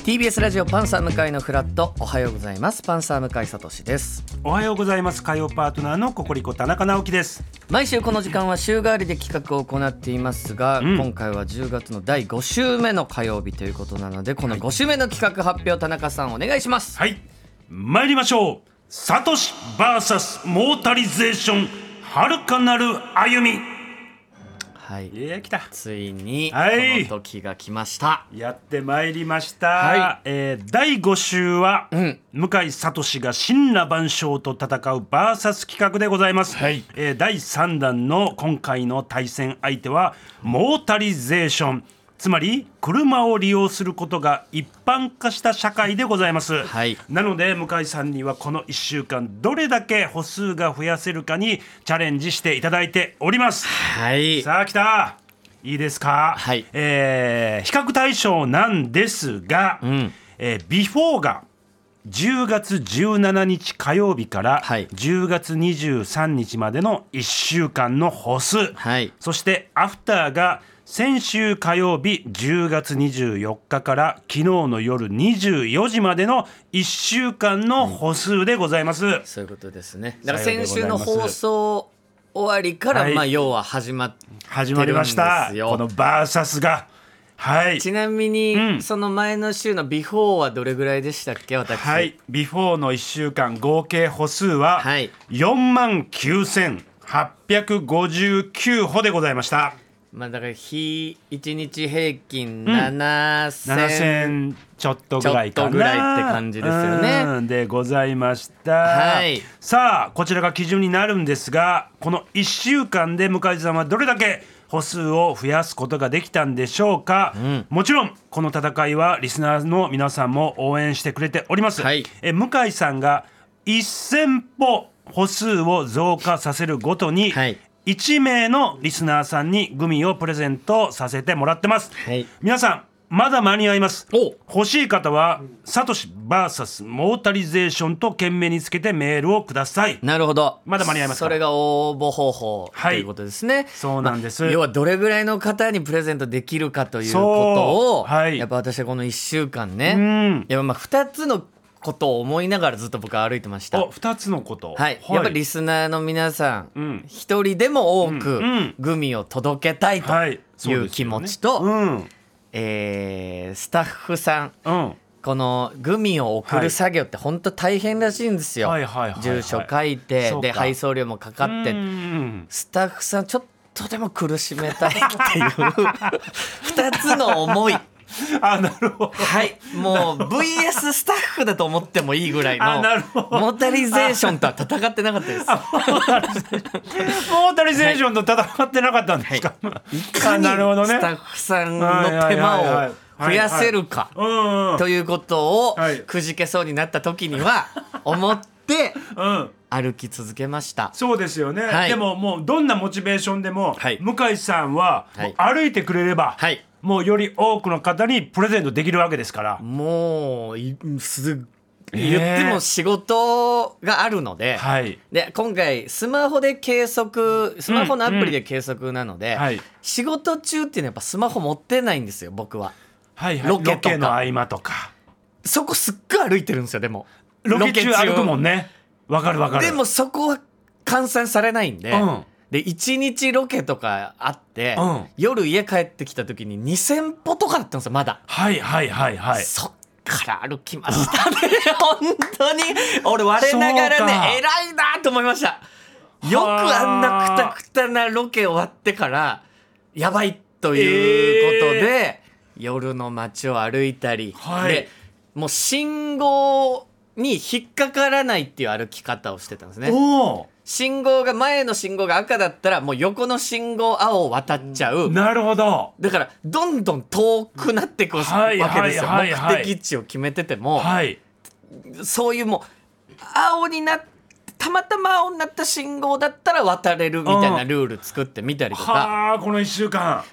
TBS ラジオパンサー向井のフラット。おはようございます。パンサー向井聡です。 おはようございます。火曜パートナーのココリコ田中直樹です。 毎週この時間は週替わりで企画を行っていますが、今回は10月の第5週目の火曜日ということなので、この5週目の企画発表、田中さんお願いします。 はい、参りましょう。サトシ VS モータリゼーション、遥かなる歩み。 はい、 来た。 ついにこはいの時が来ました。 やってまいりました、 は第5週は、向井聡が神羅万象と戦うバーサス企画でございます、第3弾の今回の対戦相手はモータリゼーション、つまり車を利用することが一般化した社会でございます、なので向井さんにはこの1週間どれだけ歩数が増やせるかにチャレンジしていただいております。さあ来た。いいですか、比較対象なんですが、ビフォーが10月17日火曜日から10月23日までの1週間の歩数、そしてアフターが先週火曜日10月24日から昨日の夜24時までの1週間の歩数でございます、 そういうことですね。だから先週の放送終わりから、要は始まってるんですよ。 始まりましたこのバーサスが。 ちなみに、その前の週のビフォーはどれぐらいでしたっけ？私、 ビフォーの1週間合計歩数は、49,859歩でございました。 だから日1日平均7000 ちょっとぐらいかな、 って感じですよね。 でございました、さあこちらが基準になるんですが、この1週間で向井さんはどれだけ歩数を増やすことができたんでしょうか、もちろんこの戦いはリスナーの皆さんも応援してくれております、向井さんが1000歩歩数を増加させるごとに、1名のリスナーさんにグミをプレゼントさせてもらってます、皆さんまだ間に合います。欲しい方はサトシ VS モータリゼーションと懸命につけてメールをください。 なるほど、 まだ間に合いますから。 それが応募方法ということですね。 そうなんです、 要はどれぐらいの方にプレゼントできるかということを、やっぱ私はこの1週間ね、やっぱ2つのことを思いながらずっと僕は歩いてました。 2つのこと、 やっぱりリスナーの皆さん一人でも多くグミを届けたいという気持ちと、スタッフさん、このグミを送る作業って本当大変らしいんですよ。住所書いて、で配送料もかかって、スタッフさんちょっとでも苦しめたいっていう2つの思いなるほど、 もう VS スタッフだと思ってもいいぐらいのモータリゼーションとは戦ってなかったです。モータリゼーションと戦ってなかったんですか、 いかにスタッフさんの手間を増やせるかということをくじけそうになった時には思って歩き続けました。 そうですよね、でももうどんなモチベーションでも、向井さんは歩いてくれれば、もうより多くの方にプレゼントできるわけですから。もう言っても仕事があるので、で今回スマホで計測、スマホのアプリで計測なので、仕事中っていうのはやっぱスマホ持ってないんですよ僕は。 ロケの合間とかそこすっごい歩いてるんですよ。でもロケ中歩くもんね。わかる。 でもそこは換算されないんで、で1日ロケとかあって、夜家帰ってきた時に2000歩とかだったんですよまだ。そっから歩きましたね本当に俺我ながらね偉いなと思いました。よくあんなクタクタなロケ終わってからやばいということで、夜の街を歩いたり、でもう信号に引っかからないっていう歩き方をしてたんですね。信号が前の信号が赤だったらもう横の信号青を渡っちゃう。 なるほど。 だからどんどん遠くなっていくわけですよ。目的地を決めてても、そういうもう青になってたまたま青になった信号だったら渡れるみたいなルール作ってみたりとか、 この1週間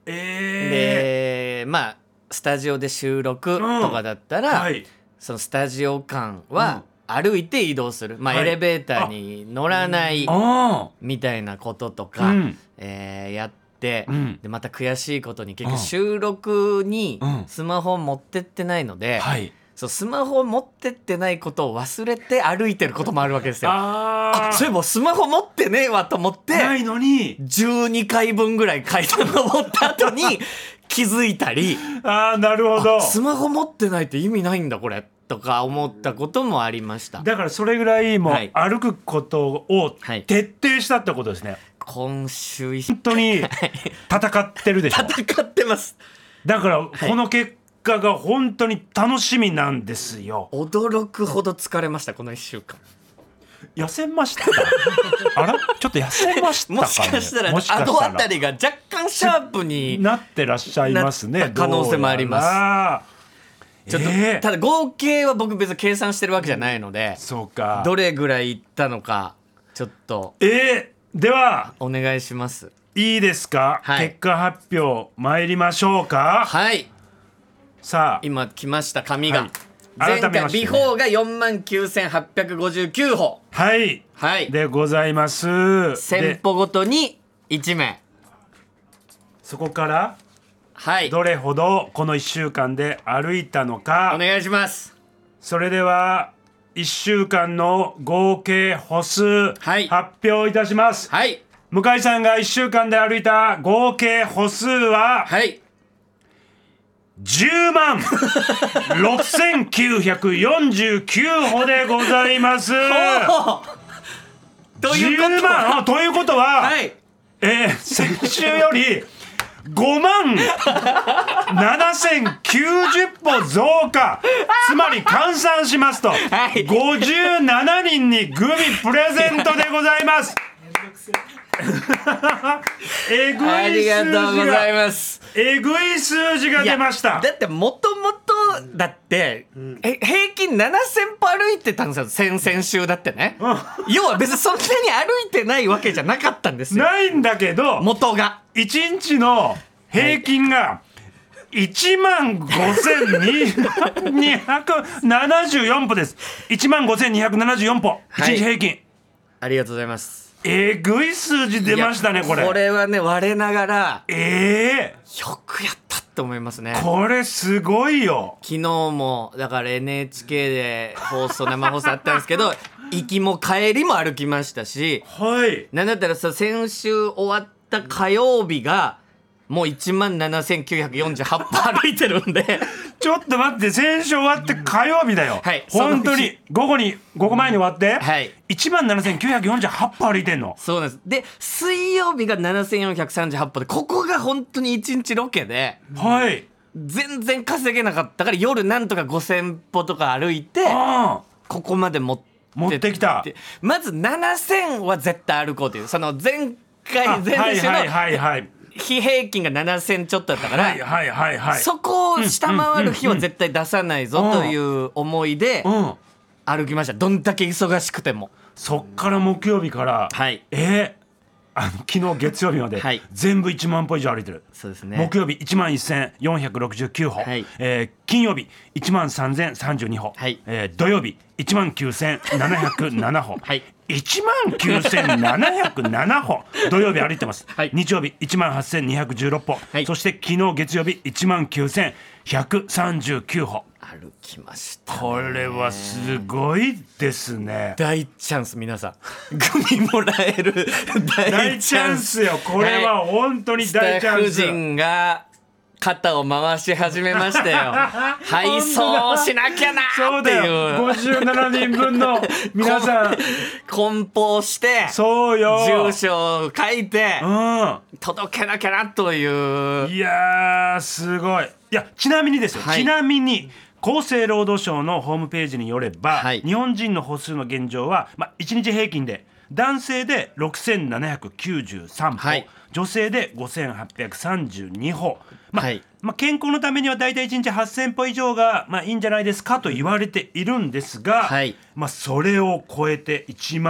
でスタジオで収録とかだったら、そのスタジオ間は歩いて移動する、エレベーターに乗らないみたいなこととか、やって、でまた悔しいことに結局収録にスマホを持ってってないので、そうスマホを持ってってないことを忘れて歩いてることもあるわけですよ。そういえばスマホ持ってねえわと思ってないのに 12回分ぐらい階段登った後に気づいたりなるほど、 スマホ持ってないって意味ないんだこれとか思ったこともありました。 だからそれぐらいもう歩くことを徹底したってことですね。 今週本当に戦ってるでしょ戦ってます。 だからこの結果が本当に楽しみなんですよ。 驚くほど疲れましたこの1週間。 痩せましたあらちょっと痩せましたかね。 もしかしたらあの辺りが若干シャープになってらっしゃいますね。 可能性もあります。ちょっとただ合計は僕別に計算してるわけじゃないので、 そうか、 どれぐらいいったのかちょっとではお願いします。 いいですか、結果発表参りましょうか。さあ今来ました紙が、前回ビフォーが49,859歩でございます。 1000歩ごとに1名、 そこからどれほどこの1週間で歩いたのかお願いします。 それでは1週間の合計歩数、発表いたします。向井さんが1週間で歩いた合計歩数は、10万6949歩でございます。 ということは、先週より5万7090歩増加、つまり換算しますと、57人にグミプレゼントでございます。えぐありいがとうございます。 えぐい数字が出ました。 だってもともとだって、平均7000歩歩いてたんですよ、先々週だってね、要は別にそんなに歩いてないわけじゃなかったんですよ。 ないんだけど元が 1日の平均が15,274歩です。15,274歩、1日平均。 ありがとうございます。 えぐい数字出ましたね。これはね我ながらよくやったって思いますね。 これすごいよ。 昨日もだから NHK で生放送あったんですけど行きも帰りも歩きましたし、なんだったらさ、先週終わった火曜日がもう17,948歩歩いてるんでちょっと待って、先週終わって火曜日だよ、本当に午後前に終わって、17,948歩歩いてんの。 そうなんです。で水曜日が7,438歩で、ここが本当に1日ロケで、全然稼げなかったから夜なんとか5,000歩とか歩いてここまで持ってきた。まず7,000は絶対歩こうという、その前回前週の日平均が7,000ちょっとだったから、そこを下回る日は絶対出さないぞという思いで歩きました。どんだけ忙しくても。 そっから木曜日から、昨日月曜日まで、全部1万歩以上歩いてる。 そうですね。 木曜日11,469歩、金曜日13,032歩、土曜日19,707歩、19,707歩土曜日歩いてます、日曜日18,216歩、そして昨日月曜日19,139歩歩きましたね。 これはすごいですね。 大チャンス、皆さんグミもらえる大チャンスよ。これは本当に大チャンス。 スタッフ陣が肩を回し始めましたよ配送しなきゃなっていう。 57人分の皆さん梱包して、 そうよ、 住所を書いて、届けなきゃなという。 いやーすごい。いや、ちなみにですよ、ちなみに厚生労働省のホームページによれば、日本人の歩数の現状は、1日平均で男性で6,793歩、女性で5,832歩、健康のためにはだいたい1日8,000歩以上が、いいんじゃないですかと言われているんですが、それを超えて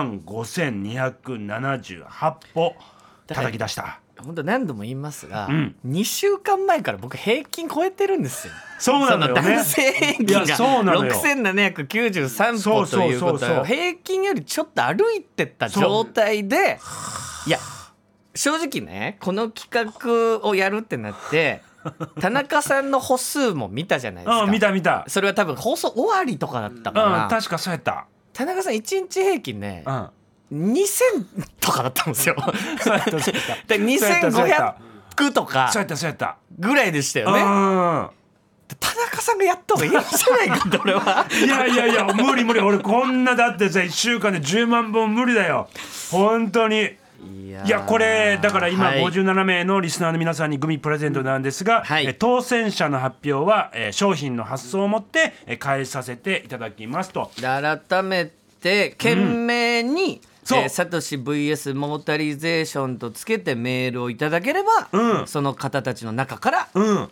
15,278歩叩き出した。 本当何度も言いますが、2週間前から僕平均超えてるんですよ。 そうなのよね。 男性平均が6,793歩ということは、平均よりちょっと歩いてった状態で、いや正直ねこの企画をやるってなって田中さんの歩数も見たじゃないですか。 見た。 それは多分放送終わりとかだったから、 確かそうやった。 田中さん1日平均ね、2000とかだったんですよ。 そうやった 2500とかぐらいでしたよね。田中さんがやった方がいいんじゃないかって俺は。 いや無理俺こんなだってさ1週間で10万本無理だよ本当に。いやこれだから今57名のリスナーの皆さんにグミプレゼントなんですが、当選者の発表は商品の発送をもって返させていただきますと。 改めて懸命に、サトシ VS モータリゼーションとつけてメールをいただければ、その方たちの中から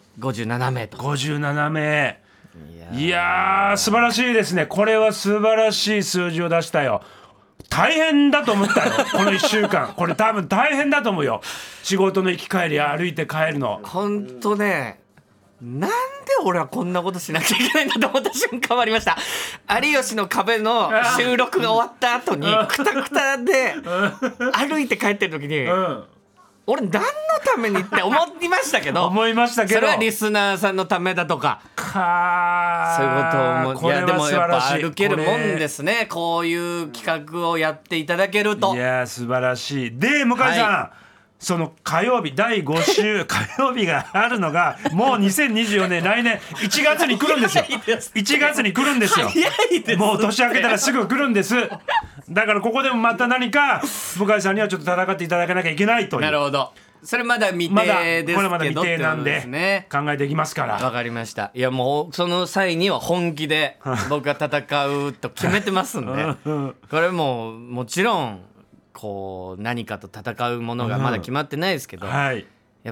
57名と。 57名。いや素晴らしいですね。これは素晴らしい数字を出したよ。大変だと思ったよこの1週間。これ多分大変だと思うよ。仕事の行き帰り歩いて帰るの本当ね。なんで俺はこんなことしなきゃいけないんだと思った瞬間はありました。有吉の壁の収録が終わった後にクタクタで歩いて帰ってる時に、俺何のためにって思いましたけど思いましたけど、 それはリスナーさんのためだとかそういうことを思う。いやでもやっぱ歩けるもんですね。こういう企画をやっていただけると。 いや素晴らしい。で向井さん、その火曜日第5週火曜日があるのがもう2024年来年1月に来るんですよ。1月に来るんですよ。 早いです。 もう年明けたらすぐ来るんです。だからここでもまた何か向井さんにはちょっと戦っていただかなきゃいけないという。 なるほど。それまだ未定ですけど、 これまだ未定なんで考えていきますから。 わかりました。いやもうその際には本気で僕は戦うと決めてますんでこれもちろんこう何かと戦うものがまだ決まってないですけど、やっぱ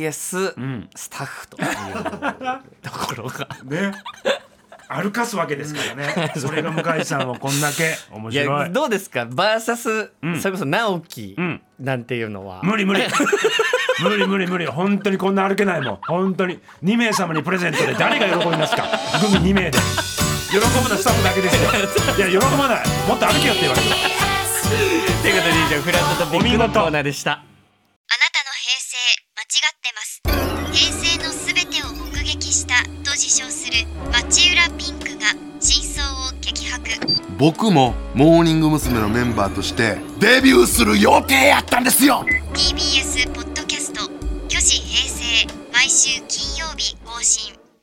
VS スタッフというところがね歩かすわけですからね。それが向井さんはこんだけ面白い。いやどうですかバーサス、それこそ直樹なんていうのは、 無理本当にこんな歩けないもん。本当に2名様にプレゼントで誰が喜びますか。グミ2名で喜ぶのはスタッフだけですよ。いや喜ばない、もっと歩けよって言われる。 ということで以上フラットとビッグのコーナーでした。 あなたの平成間違ってます。平成のすべてを目撃したと自称する町浦ピンクが真相を激白。 僕もモーニング娘。のメンバーとしてデビューする予定やったんですよ。 TBS ポッドキャスト「虚子平成」毎週金曜日更新。